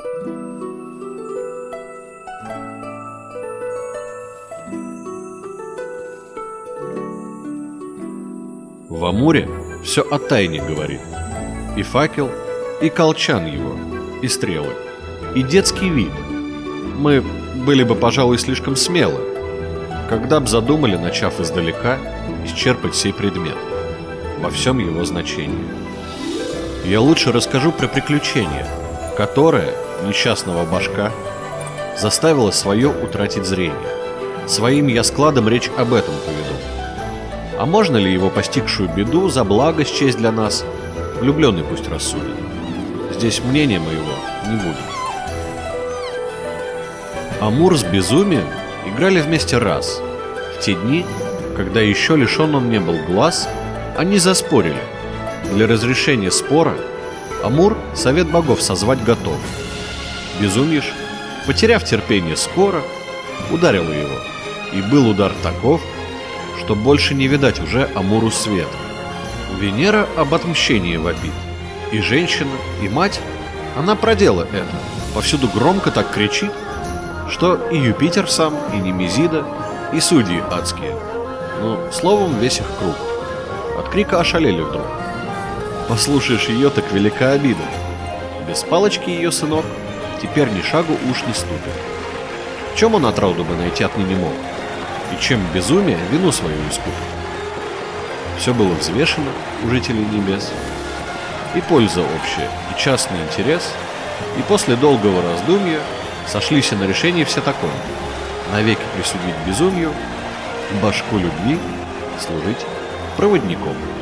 В Амуре все о тайне говорит. И факел, и колчан его, и стрелы, и детский вид. Мы были бы, пожалуй, слишком смелы, когда б задумали, начав издалека, исчерпать сей предмет во всем его значении. Я лучше расскажу про приключение, которое несчастного башка заставило свое утратить зрение. Своим я складом речь об этом поведу. А можно ли его постигшую беду за благо счесть для нас, влюбленный пусть рассудит. Здесь мнения моего не будет. Амур с безумием играли вместе раз. В те дни, когда еще лишен он не был глаз, они заспорили. Для разрешения спора Амур совет богов созвать готов. Безумьеш, потеряв терпение скоро, ударил его. И был удар таков, что больше не видать уже Амуру света. Венера об отмщении вопит. И женщина, и мать, она продела это. Повсюду громко так кричит, что и Юпитер сам, и Немезида, и судьи адские. Ну, словом, весь их круг. От крика ошалели вдруг. Послушаешь ее, так велика обида. Без палочки ее сынок теперь ни шагу уж не ступит. В чем он отраду бы найти отныне мог? И чем безумие вину свою искупит? Все было взвешено у жителей небес. И польза общая, и частный интерес. И после долгого раздумья сошлись на решение все такое: навеки присудить безумию, башку любви служить проводником.